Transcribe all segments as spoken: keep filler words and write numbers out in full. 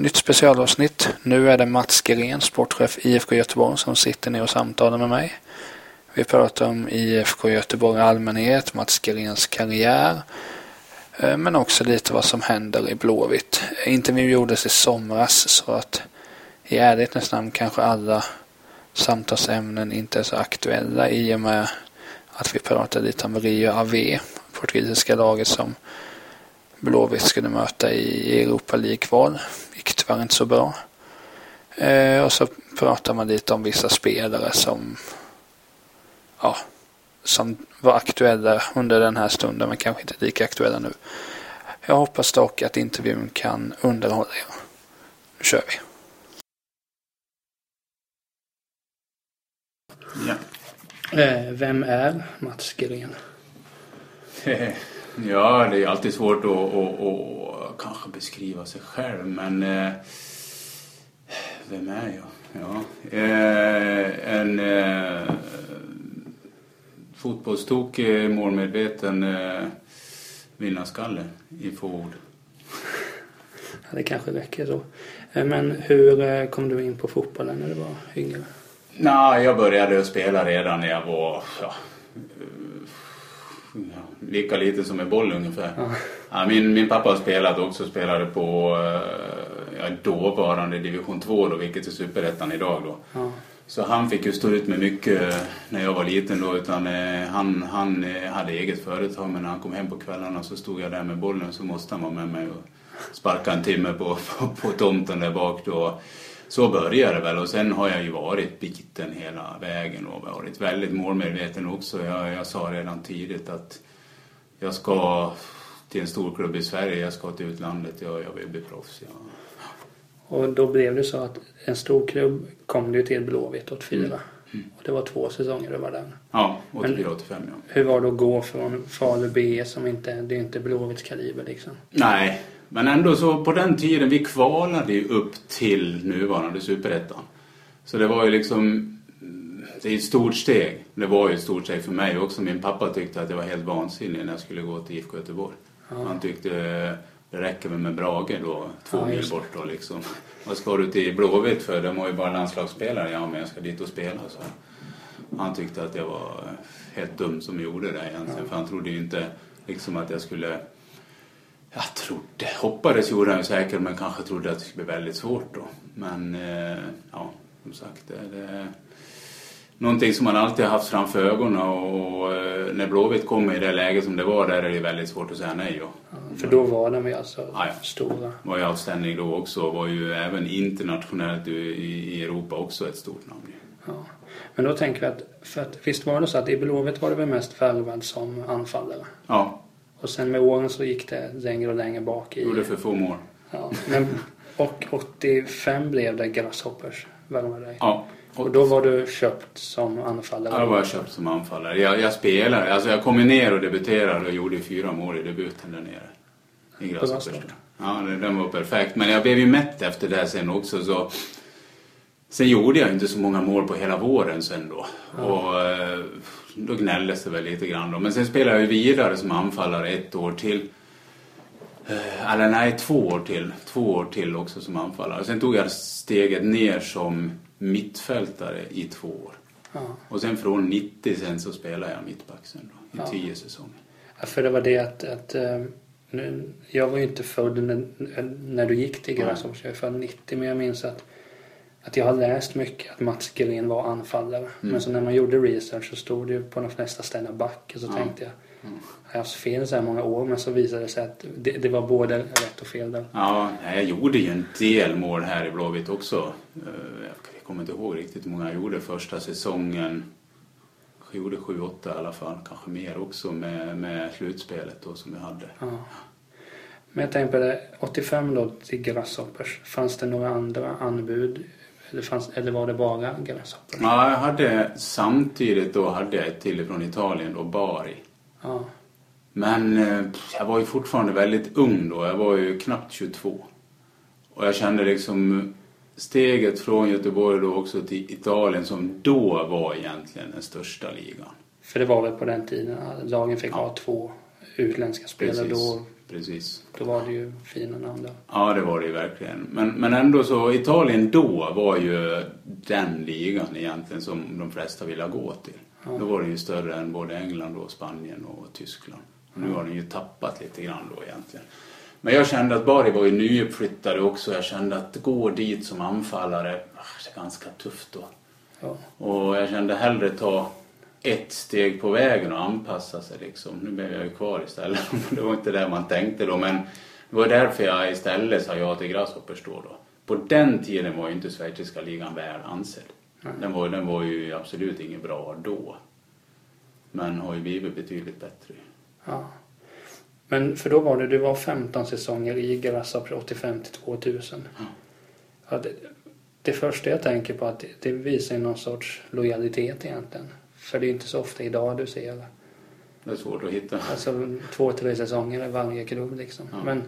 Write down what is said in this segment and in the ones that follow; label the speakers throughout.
Speaker 1: nytt specialavsnitt. Nu är det Mats Gren, sportchef I F K Göteborg, som sitter ner och samtalar med mig. Vi pratar om I F K Göteborg i allmänhet, Mats Grens karriär, men också lite vad som händer i Blåvitt. Intervjun gjordes i somras, så att i ärlighetens namn kanske alla samtalsämnen inte är så aktuella, i och med att vi pratar lite om Rio Ave, portugisiska laget som Blåvitt skulle möta i Europa League-val. Gick tyvärr inte så bra. Eh, och så pratar man lite om vissa spelare som ja, som var aktuella under den här stunden, men kanske inte lika aktuella nu. Jag hoppas dock att intervjun kan underhålla er. Nu kör vi.
Speaker 2: Ja.
Speaker 1: Eh, vem är Mats Gren?
Speaker 2: Ja, det är alltid svårt att, att, att kanske beskriva sig själv, men eh, vem är jag? Ja, eh, en eh, fotbollstokig, målmedveten eh, vinnarskalle i få ord.
Speaker 1: Ja, det kanske räcker så. Men hur kom du in på fotbollen när du var yngre?
Speaker 2: Nej, jag började spela redan när jag var ja, ja, lika lite som med boll ungefär. Ja. Ja, min, min pappa har spelat också, spelade på ja, dåvarande division två då, vilket är superettan idag då. Ja. Så han fick ju stå ut med mycket när jag var liten då, utan eh, han, han eh, hade eget företag, men när han kom hem på kvällarna så stod jag där med bollen, så måste han vara med mig och sparka en timme på, på, på tomten där bak då. Så började det väl, och sen har jag ju varit biten hela vägen och varit väldigt målmedveten också. Jag, jag sa redan tidigt att jag ska till en stor klubb i Sverige, jag ska till utlandet, jag, jag vill bli proffs. Ja.
Speaker 1: Och då blev det så att en stor klubb kom du till Blåvitt åttiofyra. Mm. Mm. Och det var två säsonger du var där.
Speaker 2: Ja, åttiofyra åttiofem, ja.
Speaker 1: Hur var det att gå från Falu B som inte, det är inte Blåvitts kaliber liksom?
Speaker 2: Nej, men ändå så på den tiden, vi kvalade ju upp till nuvarande superettan. Så det var ju liksom, det är ett stort steg. Det var ju ett stort steg för mig också. Min pappa tyckte att det var helt vansinnigt när jag skulle gå till I F K Göteborg. Ja. Han tyckte det räcker med Brage då, två ja, mil bort då liksom. Vad ska du till Blåvitt för? De var ju bara landslagsspelare. Ja, men jag ska dit och spela. Så han tyckte att jag var helt dum som gjorde det egentligen. Ja. För han trodde ju inte liksom att jag skulle... Jag trodde, hoppades gjorde han säkert, men kanske trodde att det skulle bli väldigt svårt då. Men eh, ja, som sagt, det, det är någonting som man alltid har haft framför ögonen, och eh, när Blåvitt kom i det läge som det var, där är det väldigt svårt att säga nej. Ja.
Speaker 1: Ja, för då var de ju alltså ja, ja. stora.
Speaker 2: Var ju avstängning då också, var ju även internationellt i, i Europa också ett stort namn.
Speaker 1: Ja. Men då tänker vi att, för att visst var det så att i Blåvitt var det väl mest värvad som anfallare?
Speaker 2: Ja.
Speaker 1: Och sen med åren så gick det längre och längre bak i...
Speaker 2: Gjorde för få mål.
Speaker 1: Ja, men, och åttiofem blev det Grasshoppers, värvade dig.
Speaker 2: Ja.
Speaker 1: Och då var du köpt som anfallare?
Speaker 2: Ja, då var jag köpt som anfallare. Jag, jag spelade, alltså jag kom ner och debuterade och gjorde fyra mål i debuten där nere. I Grasshoppers. Ja, den var perfekt. Men jag blev ju mätt efter det sen också, så... Sen gjorde jag inte så många mål på hela våren sen då. Ja. Och eh, då gnälldes det väl lite grann då. Men sen spelade jag vidare som anfallare ett år till. Eh, eller nej, två år till. Två år till också som anfallare. Sen tog jag steget ner som mittfältare i två år. Ja. Och sen från nittio sen så spelade jag mittback sen då. I ja. tio säsonger.
Speaker 1: Ja, för det var det att... att nu, jag var ju inte född när, när du gick till Grasshoppers. Jag är född nittio, men jag minns att Att jag har läst mycket att Mats Gren var anfallare. Mm. Men så när man gjorde research så stod det ju på de flesta ställen back. Och så ja. tänkte jag, mm. jag har haft fel så här många år. Men så visade det sig att det, det var både rätt och fel där.
Speaker 2: Ja, jag gjorde ju en del mål här i Blåvitt också. Jag kommer inte ihåg riktigt hur många jag gjorde första säsongen. Jag gjorde sju åtta i alla fall. Kanske mer också med, med slutspelet då som jag hade.
Speaker 1: Ja. Men jag tänkte på det, åttiofem då till Grasshoppers. Fanns det några andra anbud? Eller, fanns, eller var det bara Grasshoppers?
Speaker 2: Ja, jag hade samtidigt då hade jag ett till från Italien då, Bari.
Speaker 1: Ja.
Speaker 2: Men eh, jag var ju fortfarande väldigt ung då. Jag var ju knappt tjugotvå. Och jag kände liksom steget från Göteborg då också till Italien, som då var egentligen den största ligan.
Speaker 1: För det var väl på den tiden lagen fick ja. ha två utländska spelare.
Speaker 2: Precis.
Speaker 1: Då,
Speaker 2: Precis.
Speaker 1: då var det ju fina namn där.
Speaker 2: Ja, det var det ju verkligen. Men, men ändå så, Italien då var ju den ligan egentligen som de flesta ville gå till. Ja. Då var det ju större än både England och Spanien och Tyskland. Och nu har den ju tappat lite grann då egentligen. Men jag kände att Bari var ju nyuppflyttade också. Jag kände att gå dit som anfallare är ganska tufft då. Ja. Och jag kände hellre ta ett steg på vägen och anpassa sig liksom. Nu blev jag ju kvar istället. Det var inte det man tänkte då. Men det var därför jag istället sa ja till Grasshoppers då. då. På den tiden var ju inte schweiziska ligan väl ansedd. Mm. Den, var, den var ju absolut inget bra då. Men har ju blivit betydligt bättre.
Speaker 1: Ja. Men för då var det, du var femton säsonger i Grasshopper åttiofem till tvåtusen. Mm. Ja, det, det första jag tänker på att det, det visar någon sorts lojalitet egentligen. För det är inte så ofta idag du ser det.
Speaker 2: Det är svårt att hitta.
Speaker 1: Alltså två, tre säsonger i varje klubb liksom. Ja. Men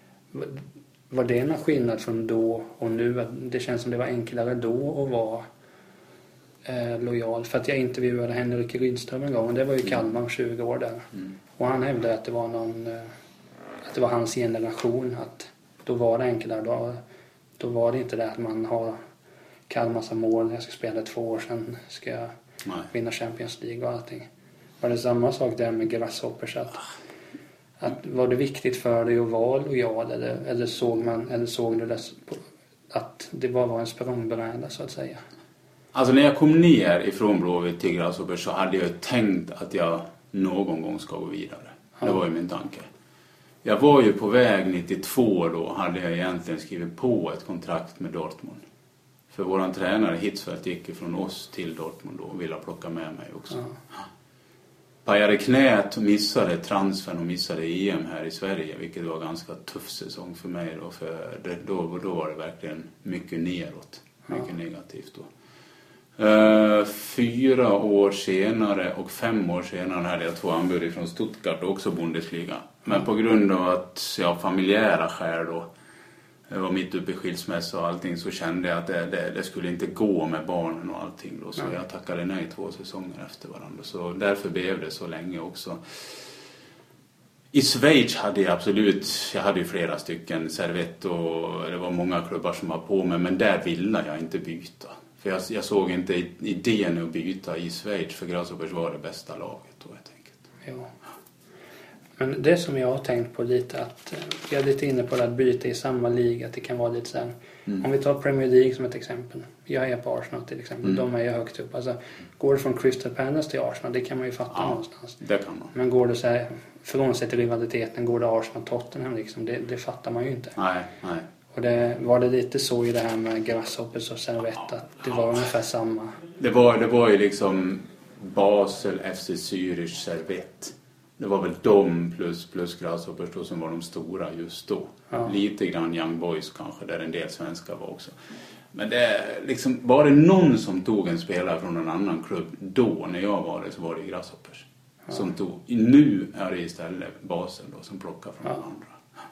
Speaker 1: var det någon skillnad från då och nu? Det känns som det var enklare då att vara eh, lojal. För att jag intervjuade Henrik Rydström en gång. Och det var ju Kalmar tjugo år där. Mm. Och han hävdade att det var någon eh, att det var hans generation. Att då var det enklare. Då, då var det inte det att man har Kalmar som mål. Jag ska spela två år sedan. Ska jag Nej. vinna Champions League och allting. Var det samma sak där med Grasshoppers? Att, att var det viktigt för dig att vara lojal? Eller, eller, såg, man, eller såg du det på, att det bara var en språngbräda så att säga?
Speaker 2: Alltså när jag kom ner ifrån Blåvitt till Grasshoppers så hade jag tänkt att jag någon gång ska gå vidare. Ja. Det var ju min tanke. Jag var ju på väg nittiotvå då. Hade jag egentligen skrivit på ett kontrakt med Dortmund. För våran tränare Hitzfeldt gick från oss till Dortmund då och ville plocka med mig också. Ja. Pajade knät och missade transfern och missade E M här i Sverige. Vilket var en ganska tuff säsong för mig då. För det, då, då var det verkligen mycket neråt. Mycket ja. negativt då. Uh, fyra år senare och fem år senare hade jag två anbud från Stuttgart och också Bundesliga. Men på grund av att jag familjära skäl då. Jag var mitt uppe i skilsmässa och allting så kände jag att det, det, det skulle inte gå med barnen och allting då. Så mm. jag tackade nej två säsonger efter varandra. Så därför blev det så länge också. I Schweiz hade jag absolut, jag hade ju flera stycken Servette och det var många klubbar som var på mig. Men där ville jag inte byta. För jag, jag såg inte idén att byta i Schweiz för Grasshoppers var det bästa laget då helt enkelt.
Speaker 1: Ja. Men det som jag har tänkt på lite att jag är lite inne på att byta i samma liga, att det kan vara lite så här. Mm. Om vi tar Premier League som ett exempel. Jag är på Arsenal till exempel. Mm. De är ju högt upp. Alltså, går det från Crystal Palace till Arsenal, det kan man ju fatta ja, någonstans.
Speaker 2: Det kan man.
Speaker 1: Men går det så här, frånsett rivaliteten, går det Arsenal-Tottenham liksom, det, det fattar man ju inte.
Speaker 2: Nej, nej.
Speaker 1: Och det, var det lite så i det här med Grasshoppers och Servette att det var ungefär samma?
Speaker 2: Det var, det var ju liksom Basel, F C Zürich, Servette. Det var väl de plus, plus Grasshoppers då som var de stora just då. Ja. Lite grann Young Boys kanske, där en del svenskar var också. Men det liksom, var det någon som tog en spelare från en annan klubb då, när jag var det, så var det Grasshoppers. Ja. Som tog, nu är det istället Basel då som plockar från ja. andra.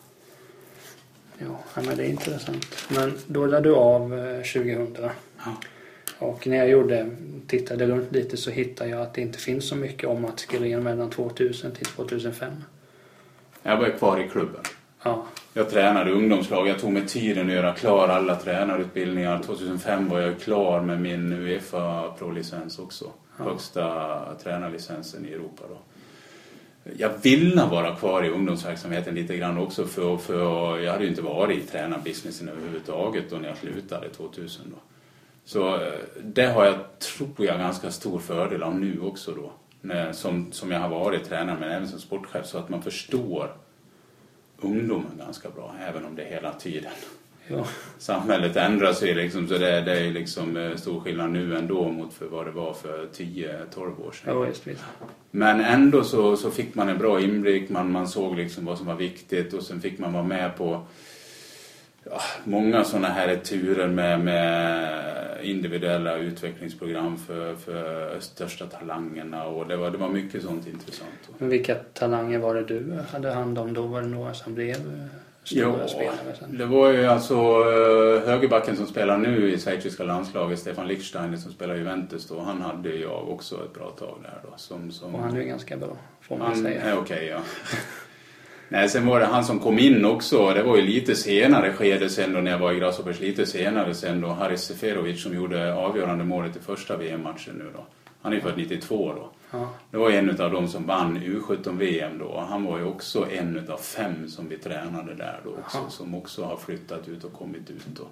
Speaker 1: Ja, men det är intressant. Men då lade du av eh, tjugohundra. Ja. Och när jag gjorde, tittade runt lite så hittade jag att det inte finns så mycket om Mats Gren mellan tvåtusen till tvåtusenfem.
Speaker 2: Jag var kvar i klubben.
Speaker 1: Ja.
Speaker 2: Jag tränade ungdomslag. Jag tog mig tiden att göra klar alla tränarutbildningar. tvåtusenfem var jag klar med min UEFA Pro-licens också. Ja. Högsta tränarlicensen i Europa då. Jag ville vara kvar i ungdomsverksamheten lite grann också. För, för jag hade ju inte varit i tränarbusinessen överhuvudtaget då när jag slutade tvåtusen då. Så det har jag, tror jag, ganska stor fördel av nu också då. När, som, som jag har varit tränare men även som sportchef. Så att man förstår ungdomen ganska bra. Även om det är hela tiden. Ja. Samhället ändrar sig liksom. Så det, det är liksom stor skillnad nu ändå mot för vad det var för tio tolv år sedan.
Speaker 1: Ja, just det.
Speaker 2: Men ändå så, så fick man en bra inblick. Man, man såg liksom vad som var viktigt. Och sen fick man vara med på... Ja, många sådana här turer med, med individuella utvecklingsprogram för, för största talangerna och det var, det var mycket sånt intressant.
Speaker 1: Men vilka talanger var det du hade hand om då? Var det några som blev stora
Speaker 2: ja,
Speaker 1: spelare sen.
Speaker 2: Det var ju alltså högerbacken som spelar nu i schweiziska landslaget, Stefan Lichtsteiner, som spelar i Juventus då. Han hade jag också ett bra tag där då. Som, som,
Speaker 1: och han är ju ganska bra, får man
Speaker 2: han,
Speaker 1: säga.
Speaker 2: är okej, okay, ja. Nej, sen var det han som kom in också. Det var ju lite senare skede sen då, när jag var i Grasshoppers, lite senare sen då. Haris Seferovic som gjorde avgörande målet i första V M-matchen nu då. Han är ju född nittiotvå då.
Speaker 1: Ja.
Speaker 2: Det var en av dem som vann U sjutton V M då. Han var ju också en av fem som vi tränade där då också. Aha. Som också har flyttat ut och kommit ut då.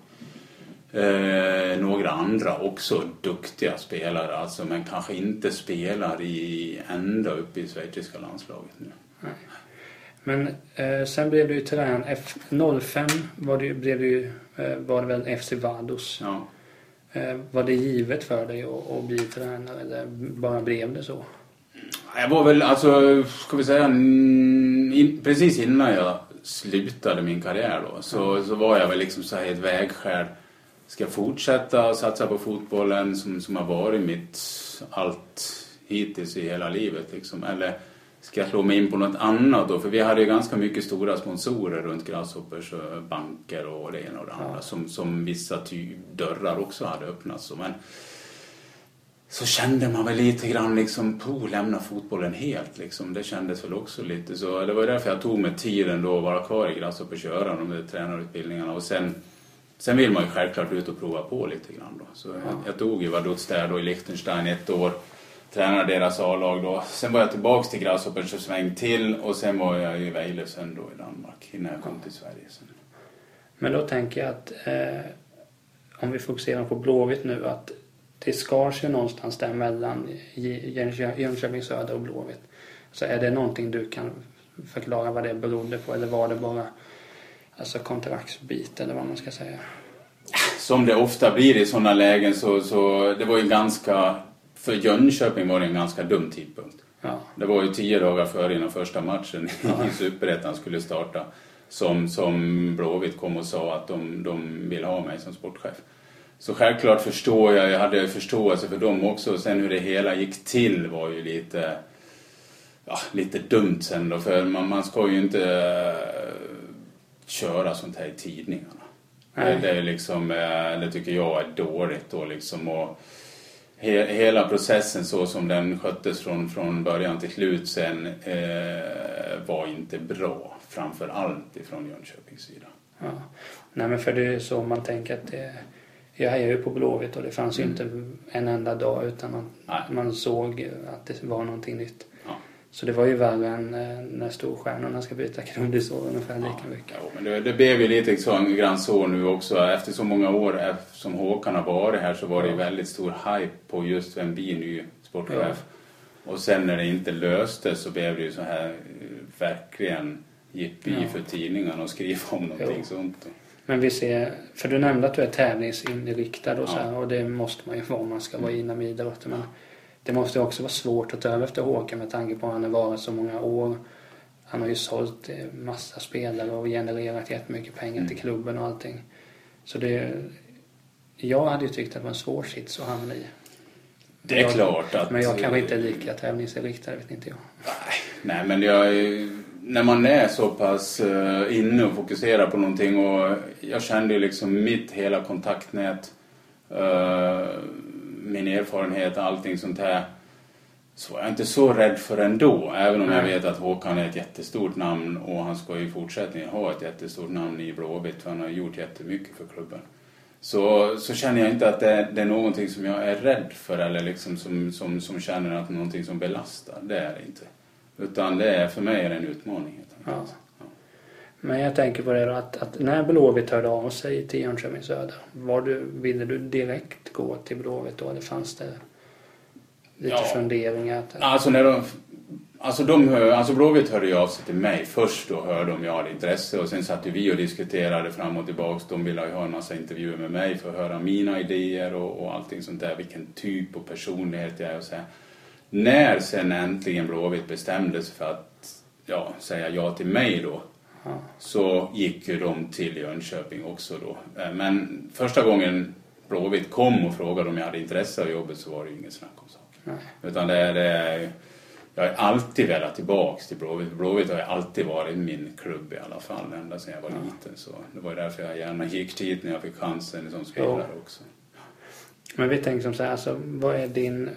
Speaker 2: Eh, några andra också duktiga spelare alltså, men kanske inte spelar i ända uppe i schweiziska landslaget nu.
Speaker 1: Nej. Men eh, sen blev du ju tränare F noll fem var det, blev det ju, eh, var det väl F C Vados.
Speaker 2: Ja.
Speaker 1: Eh, var det givet för dig att, att bli tränare eller bara blev det så?
Speaker 2: Jag var väl, alltså, ska vi säga, in, precis innan jag slutade min karriär då, så, mm. så var jag väl liksom så här ett vägskäl. Ska jag fortsätta satsa på fotbollen som, som har varit mitt allt hittills i hela livet liksom, eller ska jag slå mig in på något annat då? För vi hade ju ganska mycket stora sponsorer runt Grasshoppers, banker och det ena och det andra. Ja. Som, som vissa ty- dörrar också hade öppnats. Men så kände man väl lite grann liksom på att lämna fotbollen helt. Liksom. Det kändes väl också lite så. Det var därför jag tog mig tiden då att vara kvar i Grasshoppers och köra de där tränarutbildningarna. Och sen, sen vill man ju självklart ut och prova på lite grann då. Så ja. jag, jag tog ju Vaduz där då i Liechtenstein ett år. Tränade deras A-lag då. Sen var jag tillbaka till Grasshoppers och sväng till. Och sen var jag i Vejle sen då i Danmark innan jag kom till Sverige sen.
Speaker 1: Men då tänker jag att eh, om vi fokuserar på Blåvitt nu, att det skars ju någonstans där mellan Jönköping Söder och Blåvitt. Så är det någonting du kan förklara vad det berodde på, eller var det bara alltså kontraktsbit eller vad man ska säga?
Speaker 2: Som det ofta blir i sådana lägen så, så det var ju ganska, för Jönköping var det en ganska dum tidpunkt. Ja. Det var ju tio dagar före innan första matchen ja. i Superettan skulle starta som, som Blåvitt kom och sa att de, de vill ha mig som sportchef. Så självklart förstår jag, jag hade förståelse för dem också. Sen hur det hela gick till var ju lite, ja, lite dumt sen då. För man, man ska ju inte uh, köra sånt här i tidningarna. Det, det är liksom, det tycker jag är dåligt då liksom. Och he, hela processen så som den sköttes från, från början till slut sen eh, var inte bra. Framför allt ifrån Jönköpings sida. Ja.
Speaker 1: Nej, men för det är så man tänker att det, jag är ju på Blåvitt och det fanns mm. ju inte en enda dag utan man, man såg att det var någonting nytt. Ja. Så det var ju värre än när storstjärnorna ska byta klubb, det så ungefär lika ja, mycket. Ja, men det, det blev ju lite så grann så nu också. Efter så många år som Håkan har varit här så var det ju väldigt stor hype på just vem blir ny sportchef. Ja. Och sen när det inte löstes så blev det ju så här verkligen jippi ja. för tidningarna och skriva om någonting jo. sånt. Men vi ser, för du nämnde att du är tävlingsinriktad och, ja. så här, och det måste man ju vara om man ska vara inom idrotten. Men det måste också vara svårt att ta över efter Håkan med tanke på att han har varit så många år. Han har ju sålt massa spelare och genererat jättemycket pengar mm. till klubben och allting. Så det, jag hade ju tyckt att det var en svår sits att hamna i.
Speaker 2: Det är
Speaker 1: jag,
Speaker 2: klart att...
Speaker 1: Men jag kanske inte är lika tävlingsinriktad, vet inte jag.
Speaker 2: Nej, men jag, när man är så pass inne och fokuserar på någonting och jag kände ju liksom mitt hela kontaktnät, uh, min erfarenhet, allting sånt här, så var jag inte så rädd för ändå. Även om Nej. jag vet att Håkan är ett jättestort namn och han ska ju fortsättningen ha ett jättestort namn i Blåvitt för han har gjort jättemycket för klubben. Så, så känner jag inte att det, det är någonting som jag är rädd för eller liksom som, som, som känner att någonting som belastar. Det är det inte. Utan det är, för mig är det en utmaning. Ja. Ja.
Speaker 1: Men jag tänker på det då, att, att när Blåvitt hörde av sig till Jönköping Söder, var du, ville du direkt gå till Blåvitt då? Eller fanns det lite ja. funderingar? Att,
Speaker 2: alltså, när de, alltså, de hör, alltså Blåvitt hörde ju av sig till mig. Först då hörde de jag hade intresse och sen satt vi och diskuterade fram och tillbaka. De ville ju ha en massa intervjuer med mig för att höra mina idéer och, och allting sånt där. Vilken typ och personlighet jag är och så här. När sen äntligen Blåvitt bestämde sig för att ja, säga ja till mig då, ja. så gick ju de till Jönköping också då. Men första gången Blåvitt kom och frågade om jag hade intresse av jobbet så var det ju ingen snack om saker. Nej. Utan det är, det är, jag har alltid velat tillbaka till Blåvitt. Blåvitt har ju alltid varit min klubb i alla fall, ända sedan jag var ja. liten. Så det var därför jag gärna gick dit när jag fick chansen som spelare ja. också.
Speaker 1: Men vi tänker som så här, alltså, vad är din...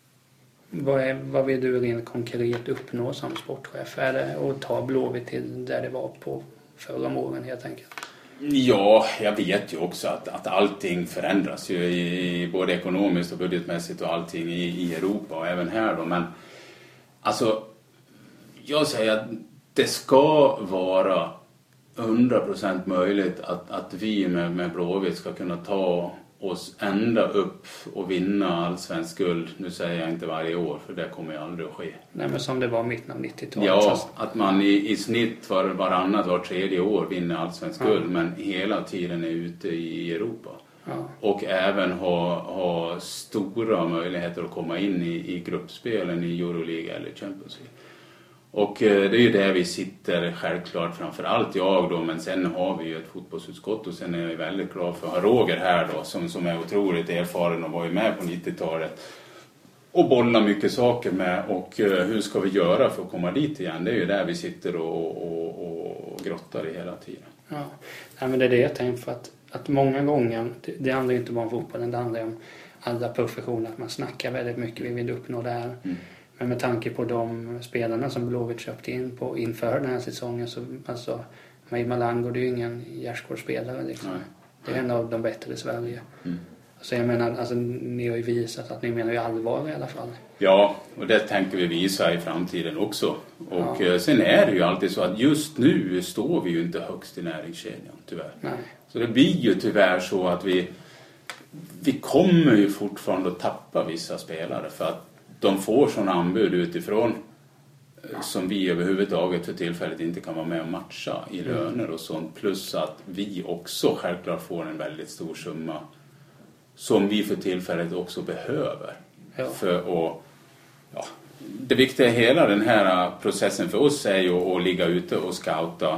Speaker 1: Vad, är, vad vill du rent konkret uppnå som sportchef? Är det att ta Blåvitt till där det var på förra åren helt enkelt?
Speaker 2: Ja, jag vet ju också att, att allting förändras ju i, både ekonomiskt och budgetmässigt och allting i, i Europa och även här då. Men alltså, jag säger att det ska vara hundra procent möjligt att, att vi med, med Blåvitt ska kunna ta oss ända upp och vinna allsvensk guld. Nu säger jag inte varje år, för det kommer ju aldrig att ske.
Speaker 1: Nej, men som det var mitten av nittiotalet.
Speaker 2: Ja, att man i, i snitt var varannat, var tredje år vinner allsvensk ja. guld, men hela tiden är ute i Europa. Ja. Och även ha, ha stora möjligheter att komma in i, i gruppspelen i Euroleague eller Champions League. Och eh, det är ju där vi sitter självklart, framförallt jag då, men sen har vi ju ett fotbollsutskott och sen är jag väldigt glad för att ha Roger här då som, som är otroligt erfaren och var ju med på nittiotalet och bollar mycket saker med och eh, hur ska vi göra för att komma dit igen? Det är ju där vi sitter och, och, och grottar i hela tiden.
Speaker 1: Ja, ja men det är det jag tänker för att, att många gånger, det, det handlar ju inte bara om fotbollen, det handlar om alla professioner, att man snackar väldigt mycket, vi vill uppnå det här. Mm. Men med tanke på de spelarna som Blåvitt köpte in på inför den här säsongen så alltså Maj Malango, det är ju ingen gärdsgårdsspelare liksom. Nej. Det är en av de bättre i Sverige. Mm. Så jag menar, alltså ni har ju visat att ni menar ju allvar i alla fall.
Speaker 2: Ja, och det tänker vi visa i framtiden också. Och ja. sen är det ju alltid så att just nu står vi ju inte högst i näringskedjan, tyvärr. Nej. Så det blir ju tyvärr så att vi vi kommer ju fortfarande att tappa vissa spelare för att de får sådana anbud utifrån som vi överhuvudtaget för tillfället inte kan vara med och matcha i löner och sånt. Plus att vi också självklart får en väldigt stor summa som vi för tillfället också behöver. Ja. För att, ja, det viktiga i hela den här processen för oss är ju att ligga ute och scouta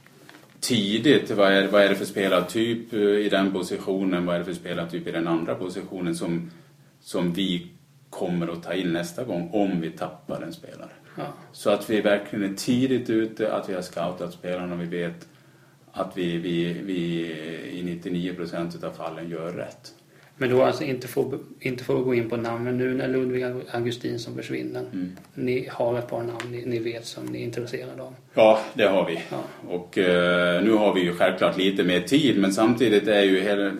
Speaker 2: tidigt. Vad är, vad är det för spelartyp i den positionen? Vad är det för spelartyp i den andra positionen som, som vi kommer att ta in nästa gång om vi tappar en spelare. Ja. Så att vi verkligen är tidigt ute, att vi har scoutat spelarna och vi vet att vi, vi, vi i nittionio procent av fallen gör rätt.
Speaker 1: Men då alltså inte får, inte får gå in på namnen nu när Ludvig Augustin som försvinner. Mm. Ni har ett par namn ni, ni vet som ni är intresserade av.
Speaker 2: Ja, det har vi. Ja. Och eh, nu har vi ju självklart lite mer tid, men samtidigt är ju hela...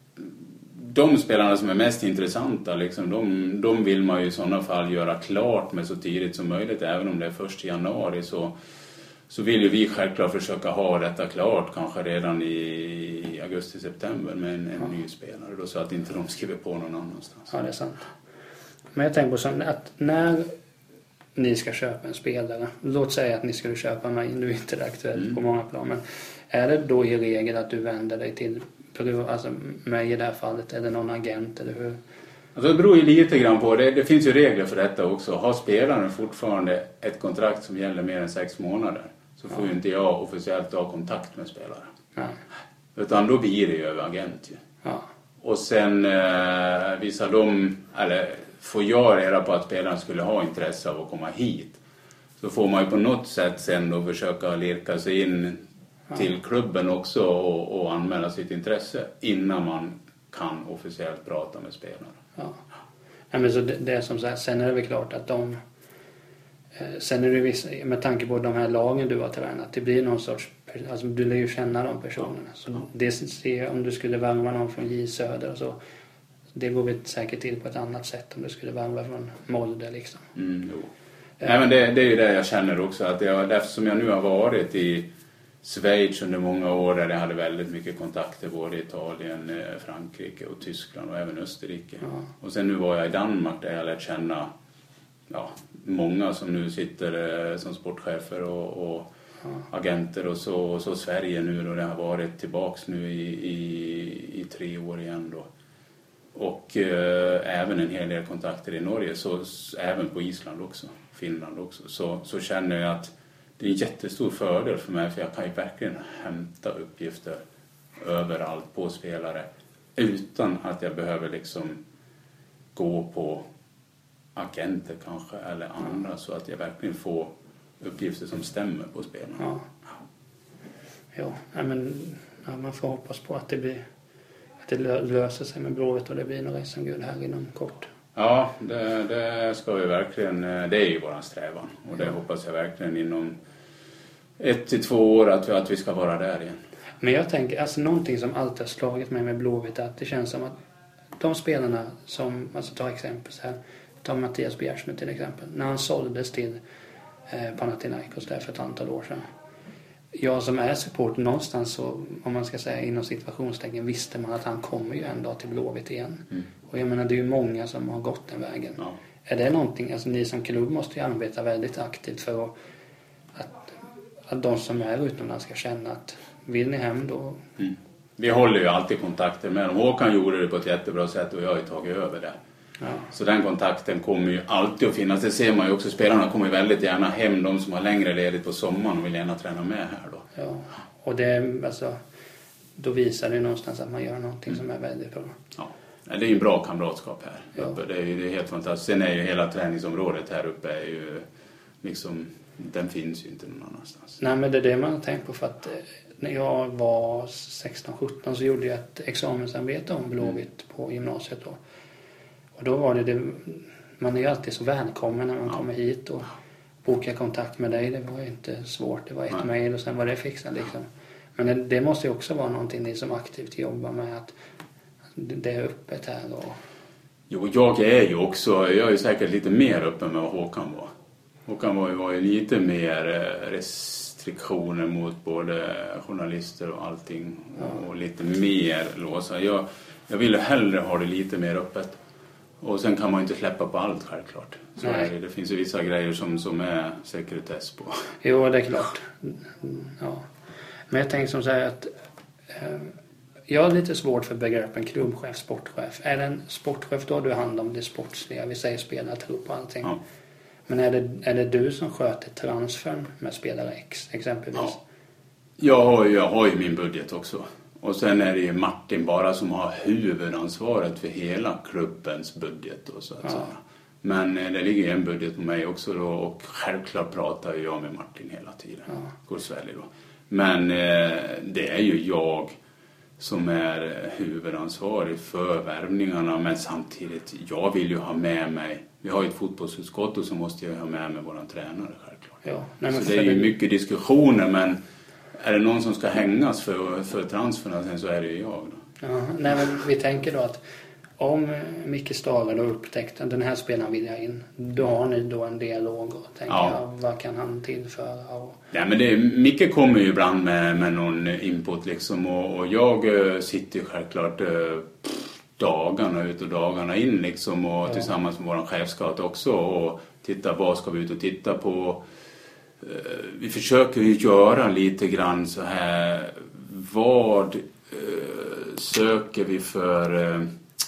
Speaker 2: De spelarna som är mest intressanta, liksom, de, de vill man ju i sådana fall göra klart med så tidigt som möjligt. Även om det är först i januari så, så vill ju vi självklart försöka ha detta klart kanske redan i augusti-september med en, en ja. ny spelare. Då, så att inte de skriver på någon annanstans.
Speaker 1: Ja, det är sant. Men jag tänker på så att när ni ska köpa en spelare, låt säga att ni skulle köpa mig, nu är inte det aktuellt mm. på många plan, men är det då i regel att du vänder dig till alltså mig i det här fallet eller någon agent eller hur?
Speaker 2: Alltså det beror ju lite grann på det. Det finns ju regler för detta också. Har spelaren fortfarande ett kontrakt som gäller mer än sex månader så får ja. ju inte jag officiellt ha kontakt med spelaren. Ja. Utan då blir det ju över agent ju. Ja. Och sen eh, visar de, eller får jag reda på att spelaren skulle ha intresse av att komma hit, så får man ju på något sätt sen då försöka lirka sig in till klubben också och, och anmäla sitt intresse innan man kan officiellt prata med spelarna.
Speaker 1: Ja. Ja, men så det, det är som så här, sen är det väl klart att de eh, sen är det vissa, med tanke på de här lagen du har tränat, det blir någon sorts, alltså du lär ju känna de personerna. Så ja. det ser, om du skulle värva någon från J Söder och så, det går väl säkert till på ett annat sätt om du skulle värva från Molde liksom.
Speaker 2: Mm, jo. Eh. Nej, men det, det är ju det jag känner också, att jag, eftersom jag nu har varit i Schweiz under många år där jag hade väldigt mycket kontakter både i Italien, Frankrike och Tyskland och även Österrike. Ja. Och sen nu var jag i Danmark där jag lärt känna ja, många som nu sitter som sportchefer och, och ja. agenter och så, och så Sverige nu då det har varit tillbaks nu i, i, i tre år igen då. Och eh, även en hel del kontakter i Norge, så även på Island också, Finland också. Så, så känner jag att det är en jättestor fördel för mig, för jag kan ju verkligen hämta uppgifter överallt på spelare utan att jag behöver liksom gå på agenter kanske eller andra ja. Så att jag verkligen får uppgifter som stämmer på spelarna.
Speaker 1: Ja, ja. ja men ja, man får hoppas på att det blir att det löser sig med Blåvitt och det blir några S M-guld här inom kort.
Speaker 2: Ja, det, det ska vi verkligen, det är ju våran strävan och det ja. Hoppas jag verkligen inom ett till två år att vi, att vi ska vara där igen.
Speaker 1: Men jag tänker, alltså någonting som alltid har slagit mig med Blåvitt är att det känns som att de spelarna som, alltså ta exempel så här, ta Mattias Bjärsmyr till exempel, när han såldes till eh, Panathinaikos där för ett antal år sedan. Jag som är support någonstans så, om man ska säga inom situationstecken, visste man att han kommer ju en dag till Blåvitt igen. Mm. Och jag menar, det är ju många som har gått den vägen. Ja. Är det någonting, alltså ni som klubb måste ju arbeta väldigt aktivt för att, att, att de som är utomlands ska känna att vill ni hem då...
Speaker 2: Mm. Vi håller ju alltid kontakter med dem. Håkan gjorde det på ett jättebra sätt och jag har ju tagit över det. Ja. Så den kontakten kommer ju alltid att finnas. Det ser man ju också. Spelarna kommer ju väldigt gärna hem. De som har längre ledigt på sommaren och vill gärna träna med här då.
Speaker 1: Ja, och det, alltså, då visar det ju någonstans att man gör någonting mm. som är väldigt bra.
Speaker 2: Ja, det är ju en bra kamratskap här ja. Uppe. Det är ju det är helt fantastiskt. Sen är ju hela träningsområdet här uppe är ju liksom, den finns ju inte någon annanstans.
Speaker 1: Nej, men det är det man har tänkt på för att när jag var sexton sjutton så gjorde jag ett examensarbete om Blåvitt mm. på gymnasiet då. Och då var det, det man är ju alltid så välkommen när man ja. Kommer hit och boka kontakt med dig. Det var ju inte svårt, det var ett mejl och sen var det fixat liksom. Men det, det måste ju också vara någonting ni som aktivt jobbar med att det är öppet här och...
Speaker 2: Jo, jag är ju också, jag är ju säkert lite mer öppen med vad Håkan var. Håkan var ju, var ju lite mer restriktioner mot både journalister och allting och, och lite mer låsa. Jag, jag ville hellre ha det lite mer öppet. Och sen kan man ju inte släppa på allt självklart. Så är det, det finns ju vissa grejer som, som är sekretess på.
Speaker 1: Jo, det är klart. Ja. Men jag tänker som så här att eh, jag har lite svårt för begreppen klubbchef, sportchef. Är det en sportchef då du handlar om det sportsliga? Vi säger spelartrupp och allting. Ja. Men är det, är det du som sköter transfern med spelare X exempelvis?
Speaker 2: Ja. Jag har, jag har ju min budget också. Och sen är det ju Martin bara som har huvudansvaret för hela klubbens budget då, så att ja. Säga. Men det ligger ju en budget på mig också då och självklart pratar jag med Martin hela tiden. Ja. Gårdsvällig då. Men eh, det är ju jag som är huvudansvarig för värvningarna, men samtidigt, jag vill ju ha med mig, vi har ju ett fotbollsutskott och så måste jag ha med mig våran tränare självklart.
Speaker 1: Ja. Nej,
Speaker 2: så det är ju mycket diskussioner, men är det någon som ska hängas för, för transferna sen så är det ju jag då.
Speaker 1: Ja, nej, men vi tänker då att om Micke Stare då upptäckt att den här spelaren vill jag in, då har ni då en dialog och tänker ja. Jag, vad kan han tillföra? Och...
Speaker 2: Ja, men det, Micke kommer ju ibland med, med någon input liksom och, och jag äh, sitter ju självklart äh, pff, dagarna ut och dagarna in liksom och ja. Tillsammans med våran chefscout också och titta vad ska vi ut och titta på. Vi försöker ju göra lite grann så här, vad eh, söker vi för eh,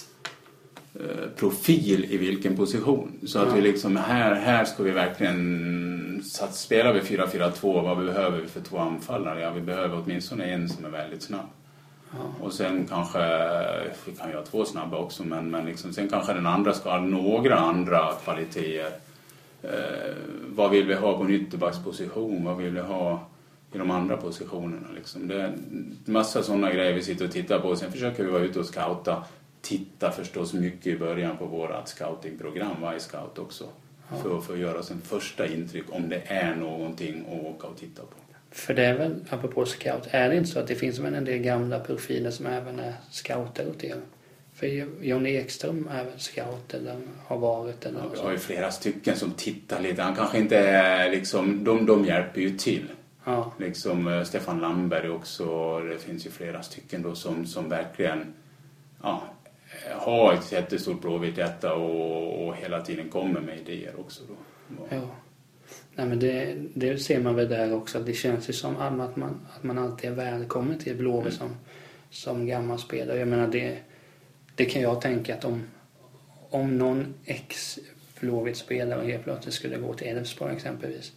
Speaker 2: profil i vilken position. Så att ja. Vi liksom, här, här ska vi verkligen, så att spelar vi fyra fyra två, vad behöver vi för två anfallare? Ja, vi behöver åtminstone en som är väldigt snabb. Ja. Och sen kanske, vi kan göra två snabba också, men, men liksom, sen kanske den andra ska ha några andra kvaliteter. Eh, vad vill vi ha på en ytterbacksposition? Vad vill vi ha i de andra positionerna? Liksom. Det är en massa sådana grejer vi sitter och tittar på. Sen försöker vi vara ute och scouta. Titta förstås mycket i början på vårat scoutingprogram, Y-scout också. Ja. För, för att göra oss en första intryck om det är någonting att åka och titta på.
Speaker 1: För det är väl, apropå scout, är det inte så att det finns en del gamla profiler som även är scouter åt er? För Johnny Ekström är väl scout eller har varit eller
Speaker 2: ja, vi har ju flera stycken som tittar lite. Han kanske inte är liksom, de, de hjälper ju till. Ja. Liksom uh, Stefan Lamberg också. Det finns ju flera stycken då som, som verkligen ja, har ett jättestort Blåvitt hjärta och, och hela tiden kommer med idéer också då. Ja.
Speaker 1: Ja. Nej, men det, det ser man väl där också. Det känns ju som att man, att man alltid är välkommen till Blåvitt mm. som, som gammal spelare. Jag menar det Det kan jag tänka att om, om någon ex-Blåvitt-spelare helt plötsligt skulle gå till Elfsborg exempelvis.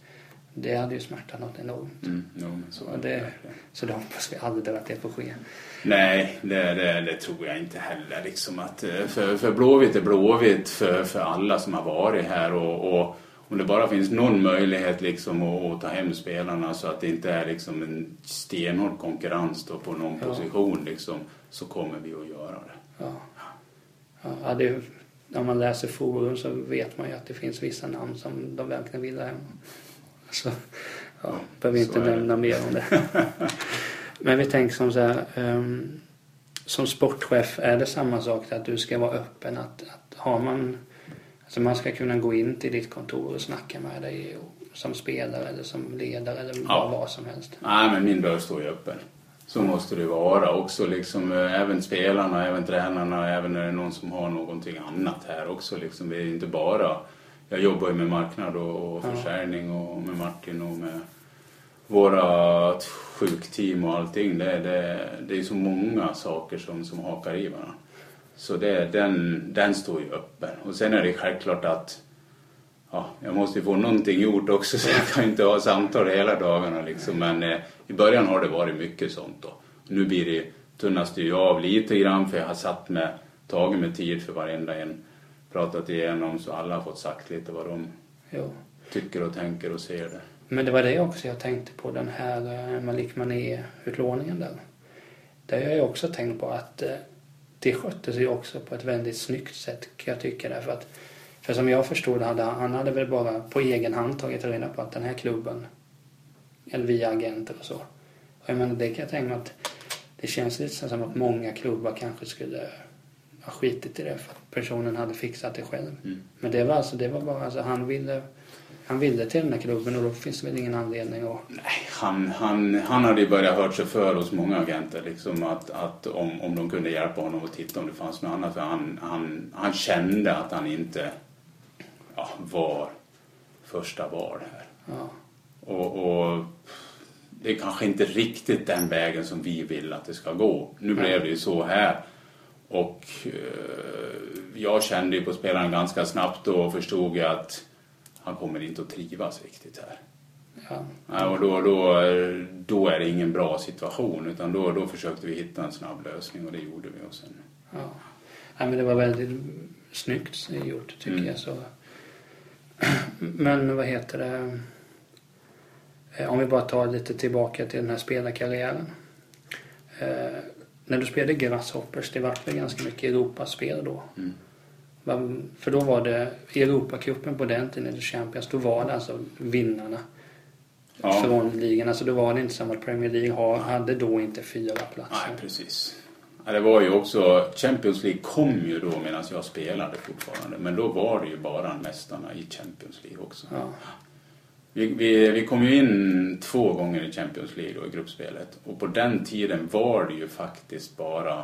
Speaker 1: Det hade ju smärtat något enormt.
Speaker 2: Mm, no, så,
Speaker 1: och det, så det hoppas vi aldrig att det får ske.
Speaker 2: Nej, det, det, det tror jag inte heller. Liksom att, för, för Blåvitt är Blåvitt för, för alla som har varit här. Och, och om det bara finns någon möjlighet liksom att, att ta hem spelarna så att det inte är liksom en stenhård konkurrens då på någon ja. position liksom, så kommer vi att göra det.
Speaker 1: Ja, ja det, när man läser forum så vet man ju att det finns vissa namn som de verkligen vill ha hem. Så ja, behöver inte nämna mer om det. Men vi tänker som så här, um, som sportchef är det samma sak att du ska vara öppen, att, att har man, alltså man ska kunna gå in till ditt kontor och snacka med dig som spelare eller som ledare eller ja. vad som helst.
Speaker 2: Nej, men min dörr står ju öppen. Så måste det vara också liksom, även spelarna, även tränarna, även när det är någon som har någonting annat här också liksom, det är inte bara, jag jobbar ju med marknad och, och försäljning och med Martin och med våra sjukteam och allting, det, det, det är så många saker som, som hakar i varandra. Så det, den, den står ju öppen. Och sen är det självklart att ja, jag måste ju få någonting gjort också, så jag kan inte ha samtal hela dagarna liksom. Men eh, i början har det varit mycket sånt då. Nu blir det, tunnas det ju av lite grann, för jag har satt med, tagit med tid för varenda en, pratat igenom så alla har fått sagt lite vad de jo. tycker och tänker och ser det.
Speaker 1: Men det var det också jag tänkte på, den här eh, Malik Mané-utlåningen där. Där har jag också tänkt på att eh, det skötte sig också på ett väldigt snyggt sätt, kan jag tycka. Därför att, för som jag förstod hade han hade väl bara på egen hand tagit reda på att den här klubben, eller via agenter och så. Och jag menar, det kan jag tänka mig att det känns lite som att många klubbar kanske skulle ha skitit i det för att personen hade fixat det själv. Mm. Men det var alltså, det var bara, alltså han ville... Han ville till den här klubben och då finns det väl ingen anledning att...
Speaker 2: Nej, han, han, han hade ju börjat hört sig för hos många agenter liksom, att, att om, om de kunde hjälpa honom att titta om det fanns något annat. För han, han, han kände att han inte ja, var första val här. Ja. Och, och det är kanske inte riktigt den vägen som vi vill att det ska gå. Nu blev ja. det ju så här. Och eh, jag kände ju på spelaren ganska snabbt och förstod att han kommer inte att trivas riktigt här. Ja. Ja, och då, då, då är det ingen bra situation, utan då, då försökte vi hitta en snabb lösning och det gjorde vi. Och sen.
Speaker 1: Ja. Ja, men det var väldigt snyggt gjort tycker mm. jag. Så. Men vad heter det? Om vi bara tar lite tillbaka till den här spelarkarriären. Eh, när du spelade Grasshoppers, det var väl ganska mycket Europaspel då. Mm. För då var det i Europacupen på den tiden, eller Champions, då var det alltså vinnarna ja. från ligan. Alltså då var det inte som att Premier League har, hade då inte fyra platser.
Speaker 2: Nej, precis. Ja, det var ju också, Champions League kom ju då medan jag spelade fortfarande. Men då var det ju bara mästarna i Champions League också. Ja. Vi, vi, vi kom ju in två gånger i Champions League då, i gruppspelet. Och på den tiden var det ju faktiskt bara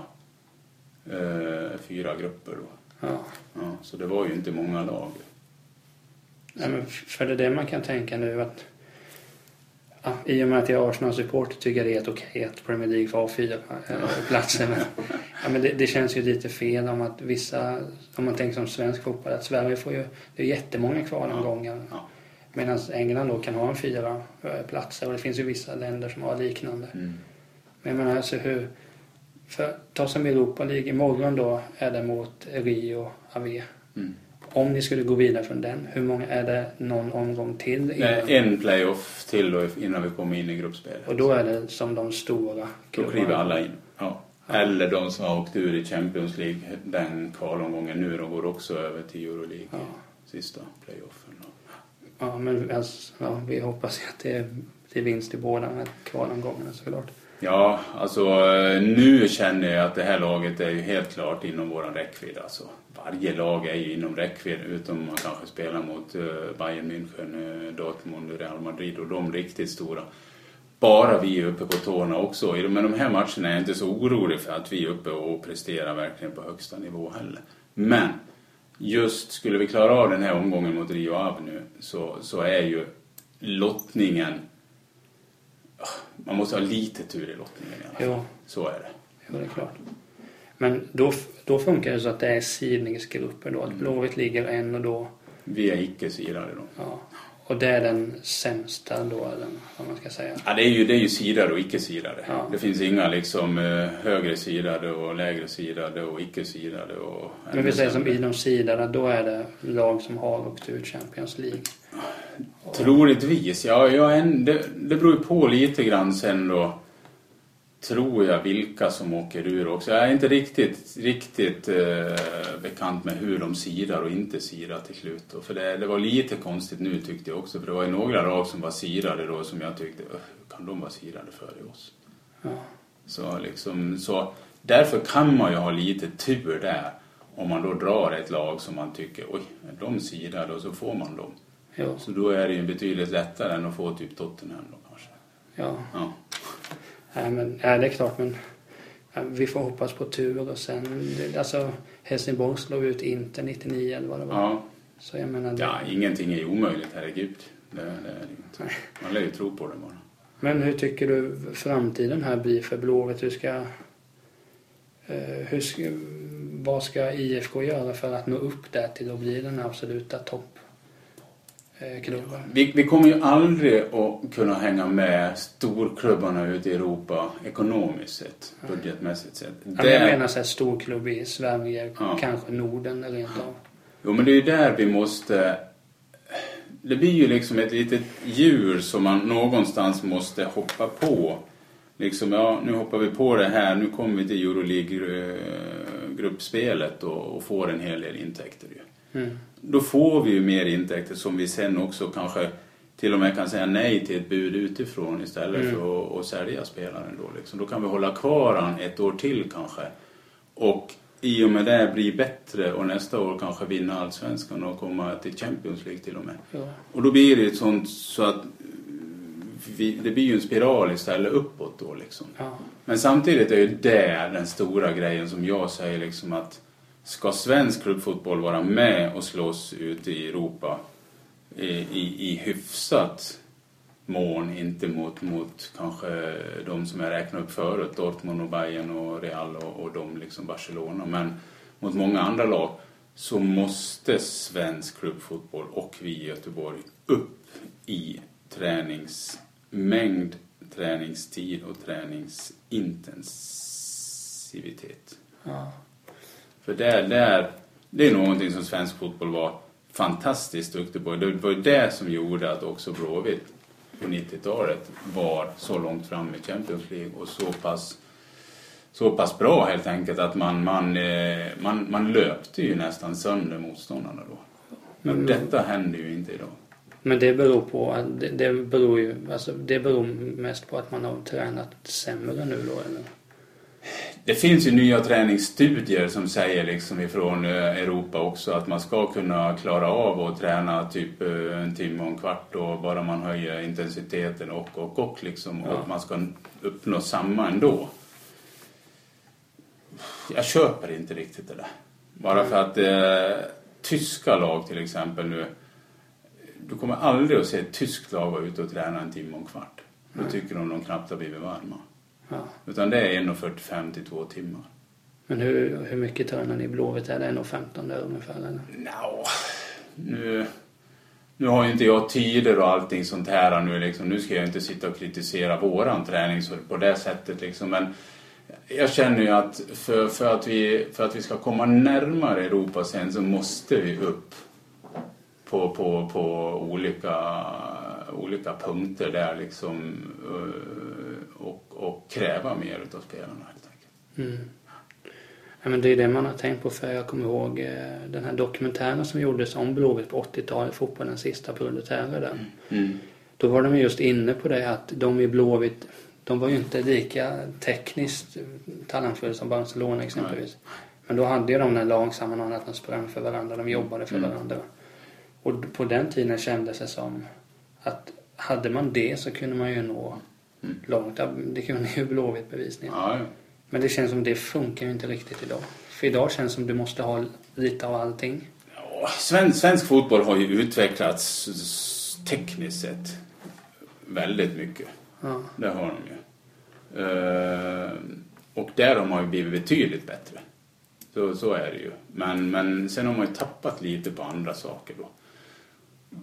Speaker 2: eh, fyra grupper då. Ja. Ja, så det var ju inte många lag.
Speaker 1: Nej, men för det är det man kan tänka nu att ja, i och med att jag är Arsenal-supporter tycker jag det är helt okej att Premier League får fyra äh, platser. Men, ja, men det, det känns ju lite fel om att vissa, om man tänker som svensk fotboll, att Sverige får ju, det är jättemånga kvalomgångar. Ja. Ja. Medan England då kan ha en fyra äh, platser och det finns ju vissa länder som har liknande. Mm. Men jag menar alltså hur, för ta som Europa League imorgon då är det mot Rio Ave. Mm. Om ni skulle gå vidare från den, hur många är det någon omgång till?
Speaker 2: Innan? En playoff till då innan vi kommer in i gruppspelet.
Speaker 1: Och då är det som de stora
Speaker 2: klubbarna. Då kliver alla in. Ja. Ja. Eller de som har åkt ur i Champions League, den kvalomgången nu, de går också över till Euroleague. Ja. Sista playoffen.
Speaker 1: Ja, men alltså, ja, vi hoppas att det är, det är vinst i båda kvalomgångarna såklart.
Speaker 2: Ja, alltså nu känner jag att det här laget är ju helt klart inom våran räckvidd. Alltså, varje lag är ju inom räckvidd utom man kanske spelar mot uh, Bayern München, uh, Dortmund, Real Madrid och de riktigt stora. Bara vi är uppe på tårna också. Men de här matcherna är jag inte så orolig för att vi är uppe och presterar verkligen på högsta nivå heller. Men just skulle vi klara av den här omgången mot Rio Ave nu så, så är ju lottningen... Man måste ha lite tur i lottningen i alla fall. Jo. Så är det.
Speaker 1: Jo, det är klart. Men då, då funkar det så att det är sidningsgrupper då. Att mm. Blåvitt ligger en och då...
Speaker 2: Vi är icke-sidade då.
Speaker 1: Ja.
Speaker 3: Och det är den sämsta då, eller vad man ska säga?
Speaker 2: Ja, det är ju, det är ju sidade och icke-sidade.
Speaker 3: Ja.
Speaker 2: Det finns inga liksom högre sidade och lägre sidade och icke-sidade. Och
Speaker 3: men vi säger som i de sidade, då är det lag som har åkt ut Champions League.
Speaker 2: Troligtvis, ja. Jag en, det, det beror ju på lite grann sen då. Tror jag vilka som åker ur också. Jag är inte riktigt, riktigt eh, bekant med hur de sidar och inte sidar till slut. Då. För det, det var lite konstigt nu tyckte jag också. För det var ju några lag som var sidade då som jag tyckte, hur kan de vara sidade före oss?
Speaker 3: Ja.
Speaker 2: Så liksom, så därför kan man ju ha lite tur där. Om man då drar ett lag som man tycker, oj, är de sidade och så får man dem.
Speaker 3: Jo.
Speaker 2: Så då är det ju betydligt lättare än att få typ Tottenham då kanske.
Speaker 3: Ja.
Speaker 2: Ja.
Speaker 3: Nej, men, ja, det är klart, men ja, vi får hoppas på tur och sen, det, alltså Helsingborg slog ut Inter nittionio eller vad det var.
Speaker 2: Ja.
Speaker 3: Så jag menar, det...
Speaker 2: Ja, ingenting är omöjligt, herregud. Det, det är det inte. Man lär ju tro på det bara.
Speaker 3: Men hur tycker du framtiden här blir för Blåvitt? Hur ska, eh, hur ska, vad ska I F K göra för att nå upp där till att bli den absoluta topp? Klubbar.
Speaker 2: Vi, vi kommer ju aldrig att kunna hänga med storklubbarna ute i Europa ekonomiskt sett, budgetmässigt sett.
Speaker 3: Ja, det... Jag menar så här storklubb i Sverige, ja. Kanske Norden eller rent av.
Speaker 2: Jo, men det är ju där vi måste... Det blir ju liksom ett litet djur som man någonstans måste hoppa på. Liksom, ja, nu hoppar vi på det här, nu kommer vi till Euroleague-gruppspelet och, och får en hel del intäkter ju. Mm. Då får vi ju mer intäkter som vi sen också kanske till och med kan säga nej till ett bud utifrån istället mm. för att, att sälja spelaren då liksom. Då kan vi hålla kvar han ett år till kanske. Och i och med det blir bättre och nästa år kanske vinna allsvenskan och komma till Champions League till och med. Ja. Och då blir det ett sånt så att vi, det blir ju en spiral istället uppåt då liksom. Ja. Men samtidigt är ju det den stora grejen som jag säger liksom att ska svensk klubbfotboll vara med och slåss ute i Europa i, i, i hyfsat mån, inte mot, mot kanske de som jag räknade upp förut, Dortmund och Bayern och Real och, och de liksom Barcelona, men mot många andra lag så måste svensk klubbfotboll och vi i Göteborg upp i träningsmängd, träningstid och träningsintensivitet. Ja. För där, där, det är någonting som svensk fotboll var fantastiskt duktig på. Det var ju det som gjorde att också Blåvitt på nittiotalet var så långt fram i Champions League och så pass, så pass bra helt enkelt att man, man, man, man löpte ju nästan sönder motståndarna då. Men mm. detta händer ju inte idag.
Speaker 3: Men det beror på, det, det beror ju, alltså det beror mest på att man har tränat sämre nu då, eller?
Speaker 2: Det finns ju nya träningsstudier som säger liksom ifrån Europa också att man ska kunna klara av att träna typ en timme och en kvart och bara man höjer intensiteten och och och liksom ja. Och man ska uppnå samma ändå. Jag köper inte riktigt det där. Bara för att eh, tyska lag till exempel nu, du kommer aldrig att se ett tyskt lag vara ute och träna en timme och en kvart. Då tycker de de knappt har blivit varma. Ja. Utan det är en fyrtiofem till två timmar.
Speaker 3: Men hur, hur mycket tränar ni i Blåvitt? Är det en femton där ungefär? Eller?
Speaker 2: No, nu, nu har ju inte jag tider och allting sånt här nu. Liksom. Nu ska jag inte sitta och kritisera våran träning på det sättet. Liksom. Men jag känner ju att för, för, att vi, för att vi ska komma närmare Europa sen så måste vi upp på, på, på olika, olika punkter där liksom... Och, och kräva mer utav spelarna helt enkelt. Mm.
Speaker 3: Ja, men det är det man har tänkt på, för jag kommer ihåg eh, den här dokumentären som gjordes om Blåvitt på åttiotalet, fotbollens sista proletärer där. Mm. Då var de just inne på det att de i Blåvitt, de var ju inte lika tekniskt talangfulla som Barcelona exempelvis. Nej. Men då hade ju de den lagsammanhållningen att de sprang för varandra, de jobbade för mm. varandra. Och på den tiden kändes det som att hade man det så kunde man ju nå Mm. långt. Det kunde ju Blåvitt bevisning.
Speaker 2: Ja, ja.
Speaker 3: Men det känns som det funkar ju inte riktigt idag. För idag känns som du måste ha lite av allting.
Speaker 2: Ja, svensk, svensk fotboll har ju utvecklats tekniskt sett väldigt mycket. Ja. Det har de ju. Uh, och där har man ju blivit betydligt bättre. Så, så är det ju. Men, men sen har man ju tappat lite på andra saker då.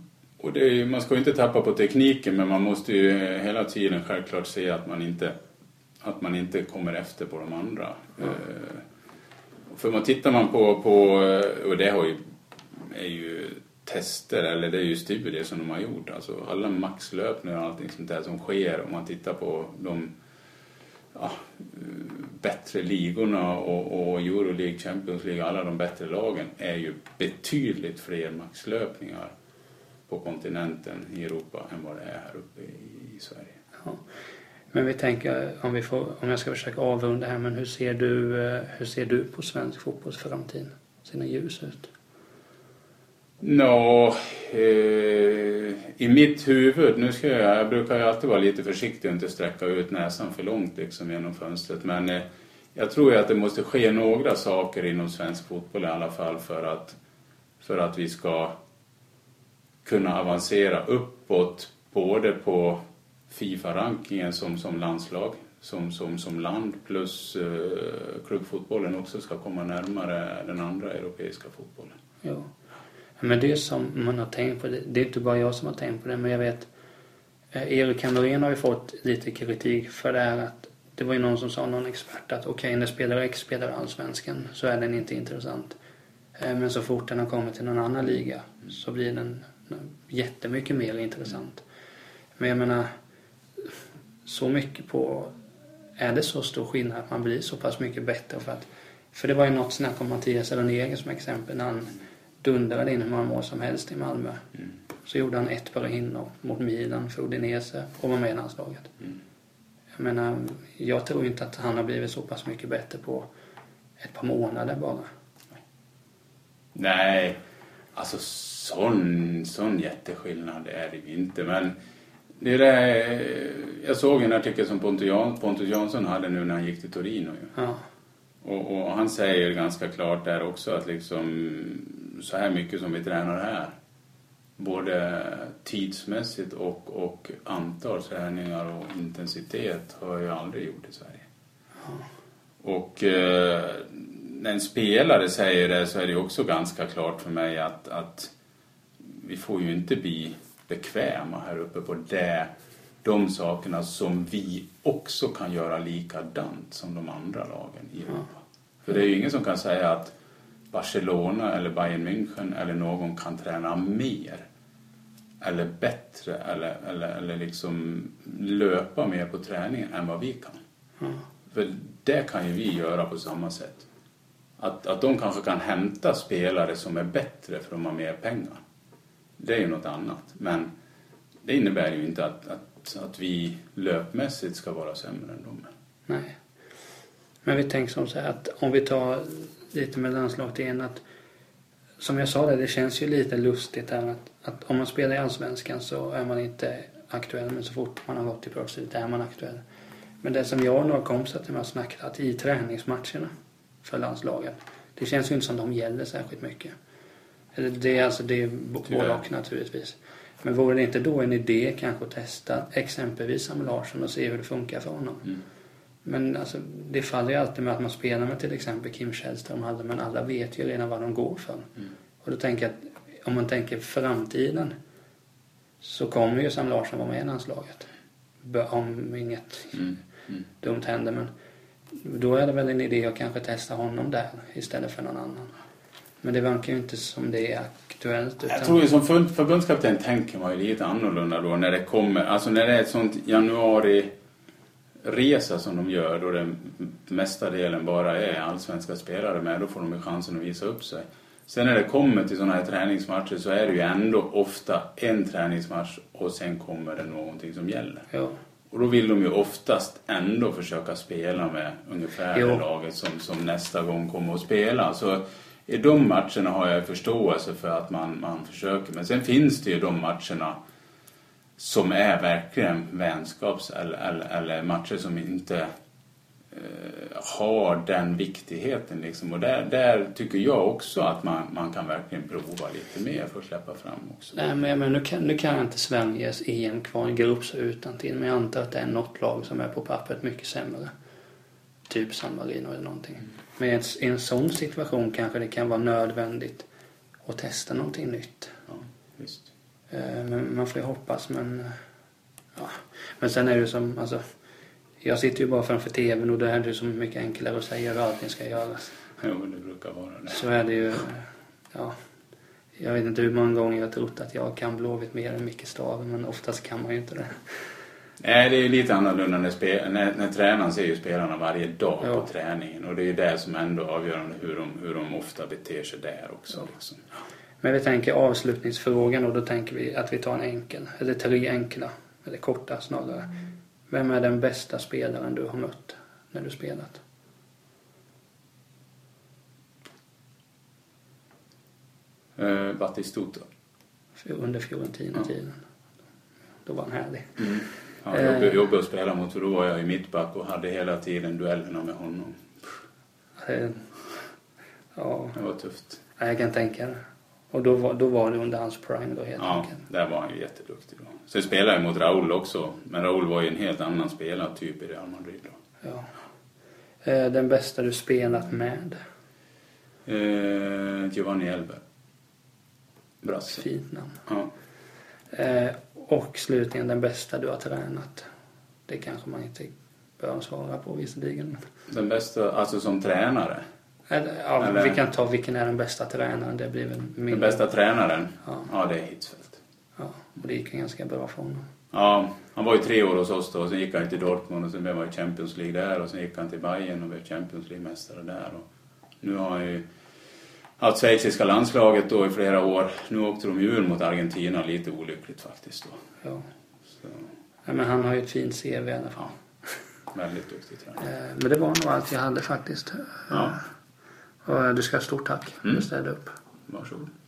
Speaker 2: Och det är, man ska ju inte tappa på tekniken, men man måste ju hela tiden självklart se att man inte, att man inte kommer efter på de andra. Mm. Uh, för man tittar man på, på och det har ju, är ju tester, eller det är ju studier som de har gjort. Alltså alla maxlöpningar och allting sånt där som sker, om man tittar på de ja, bättre ligorna och, och Euroleague, Champions League, alla de bättre lagen är ju betydligt fler maxlöpningar på kontinenten i Europa än vad det är här uppe i, i Sverige.
Speaker 3: Ja. Men vi tänker, om, vi får, om jag ska försöka avrunda här, men hur ser du, hur ser du på svensk fotbolls framtid? Ser den ljus ut?
Speaker 2: Nå, eh, i mitt huvud, nu ska jag, jag brukar ju alltid vara lite försiktig och inte sträcka ut näsan för långt liksom genom fönstret, men eh, jag tror ju att det måste ske några saker inom svensk fotboll i alla fall för att, för att vi ska kunna avancera uppåt, både på FIFA-rankingen som, som landslag, som, som, som land, plus eh, klubbfotbollen också ska komma närmare den andra europeiska fotbollen.
Speaker 3: Ja. Men det som man har tänkt på, det, det är inte bara jag som har tänkt på det, men jag vet eh, Erik Hamrén har ju fått lite kritik för det här, att det var ju någon som sa, någon expert, att okej, okay, när spelare X spelar allsvenskan så är den inte intressant. Eh, men så fort den har kommit till någon annan liga så blir den jättemycket mer intressant. Men jag menar, så mycket på, är det så stor skillnad att man blir så pass mycket bättre? För att, för det var ju något snack om Mattias Elonegen som exempel, när han dundrade in hur många mål som helst i Malmö. Mm. Så gjorde han ett par inhopp mot Milan för Udinese och var med i landslaget. Mm. Jag menar, jag tror inte att han har blivit så pass mycket bättre på ett par månader bara.
Speaker 2: Nej, alltså sån, sån jätteskillnad är det ju inte, men det är det, jag såg en artikel som Pontus, Jan, Pontus Jansson hade nu när han gick till Torino.
Speaker 3: Ja.
Speaker 2: Och, och han säger ganska klart där också att liksom så här mycket som vi tränar här, både tidsmässigt och, och antal träningar och intensitet, har jag aldrig gjort i Sverige. Ja. Och eh, när en spelare säger det, så är det också ganska klart för mig att, att vi får ju inte bli bekväma här uppe på det, de sakerna som vi också kan göra likadant som de andra lagen i Europa. Ja. För det är ju ingen som kan säga att Barcelona eller Bayern München eller någon kan träna mer eller bättre eller, eller, eller liksom löpa mer på träningen än vad vi kan. Mm. För det kan ju vi göra på samma sätt. Att, att de kanske kan hämta spelare som är bättre för att de har mer pengar. Det är ju något annat. Men det innebär ju inte att, att, att vi löpmässigt ska vara sämre än dem.
Speaker 3: Nej. Men vi tänker som så här, att om vi tar lite med landslaget igen, att som jag sa det, det känns ju lite lustigt här att, att om man spelar i allsvenskan så är man inte aktuell, men så fort man har gått till proffset är man aktuell. Men det som jag och några kompisar till mig har snackat i träningsmatcherna för landslaget, det känns ju inte som de gäller särskilt mycket. Det är alltså det är både och naturligtvis. Men vore det inte då en idé kanske att testa exempelvis Sam Larsson och se hur det funkar för honom? Mm. Men alltså, det faller ju alltid med att man spelar med till exempel Kim Källström hade, men alla vet ju redan vad de går för. Mm. Och då tänker jag att om man tänker framtiden så kommer ju Sam Larsson vara med i landslaget. Om inget mm. Mm. dumt händer, men då är det väl en idé att kanske testa honom där istället för någon annan. Men det verkar ju inte som det är aktuellt. Utan...
Speaker 2: Jag tror ju som förbundskapten tänker man ju lite annorlunda då när det kommer, alltså när det är ett sånt januari resa som de gör, då den mesta delen bara är allsvenska spelare med, då får de ju chansen att visa upp sig. Sen när det kommer till sådana här träningsmatcher så är det ju ändå ofta en träningsmatch och sen kommer det någonting som gäller.
Speaker 3: Ja.
Speaker 2: Och då vill de ju oftast ändå försöka spela med ungefär det laget som, som nästa gång kommer att spela. Så i de matcherna har jag förståelse för att man, man försöker. Men sen finns det ju de matcherna som är verkligen vänskaps- eller, eller, eller matcher som inte eh, har den viktigheten. Liksom. Och där, där tycker jag också att man, man kan verkligen prova lite mer för att släppa fram också.
Speaker 3: Nej, men, men nu, kan, nu kan inte Sveriges E M kvar en grupp så utan till. Men jag antar att det är något lag som är på pappret mycket sämre. Typ San Marino eller någonting. Mm. Men i en, i en sån situation kanske det kan vara nödvändigt att testa någonting nytt.
Speaker 2: Ja, visst.
Speaker 3: Eh, men man får ju hoppas, men ja. Men sen är det ju som, alltså, jag sitter ju bara framför tvn och det är ju så mycket enklare att säga hur allting ska göras.
Speaker 2: Jo, men det brukar vara det.
Speaker 3: Så är det ju, ja. Jag vet inte hur många gånger jag har trott att jag kan Blåvitt mer än Micke Stave, men oftast kan man ju inte det.
Speaker 2: Nej, det är ju lite annorlunda när, spe- när, när tränaren ser ju spelarna varje dag
Speaker 3: ja.
Speaker 2: på träningen. Och det är ju det som ändå avgörande hur de, hur de ofta beter sig där också. Ja. Liksom.
Speaker 3: Men vi tänker avslutningsfrågan och då tänker vi att vi tar en enkel, eller tre enkla, eller korta snarare. Vem är den bästa spelaren du har mött när du spelat?
Speaker 2: Uh, Batistuta.
Speaker 3: Under Fiorentina-tiden. Ja. Då var han härlig.
Speaker 2: Mm. Ja, jag eh. jobbade att spela mot, för då var jag i mittback och hade hela tiden duellerna med honom.
Speaker 3: Eh. Ja.
Speaker 2: Det var tufft.
Speaker 3: Ja, jag kan tänka det. Och då var, då var det under hans prime då helt
Speaker 2: ja,
Speaker 3: enkelt.
Speaker 2: Ja, där var han ju jätteduktig då. Sen spelade jag mot Raul också. Men Raul var ju en helt annan spelartyp i Real Madrid då.
Speaker 3: Ja. Eh, den bästa du spelat med?
Speaker 2: Eh, Giovanni Elber. Brasse.
Speaker 3: Fint namn.
Speaker 2: Ja.
Speaker 3: Eh, och slutligen den bästa du har tränat. Det kanske man inte bör svara på visserligen.
Speaker 2: Den bästa, alltså som tränare?
Speaker 3: Eller, ja,
Speaker 2: Eller,
Speaker 3: vi kan ta vilken är den bästa tränaren. Det blir väl min...
Speaker 2: Den bästa tränaren?
Speaker 3: Ja.
Speaker 2: Ja, det är Hitzfeldt.
Speaker 3: Ja, och det gick ganska bra för honom.
Speaker 2: Ja, han var ju tre år hos oss då. Och sen gick han till Dortmund och sen blev han i Champions League där. Och sen gick han till Bayern och blev Champions League-mästare där. Och nu har han ju haft schweiziska landslaget då i flera år. Nu åkte de ju ur mot Argentina, lite olyckligt faktiskt då.
Speaker 3: Ja.
Speaker 2: Så.
Speaker 3: Ja, men han har ju ett fint C V i alla fall.
Speaker 2: Ja, väldigt duktigt. Ja.
Speaker 3: Men det var nog allt jag hade faktiskt.
Speaker 2: Ja.
Speaker 3: Och du ska ha stort tack.
Speaker 2: Mm.
Speaker 3: Du ställde upp.
Speaker 2: Varsågod.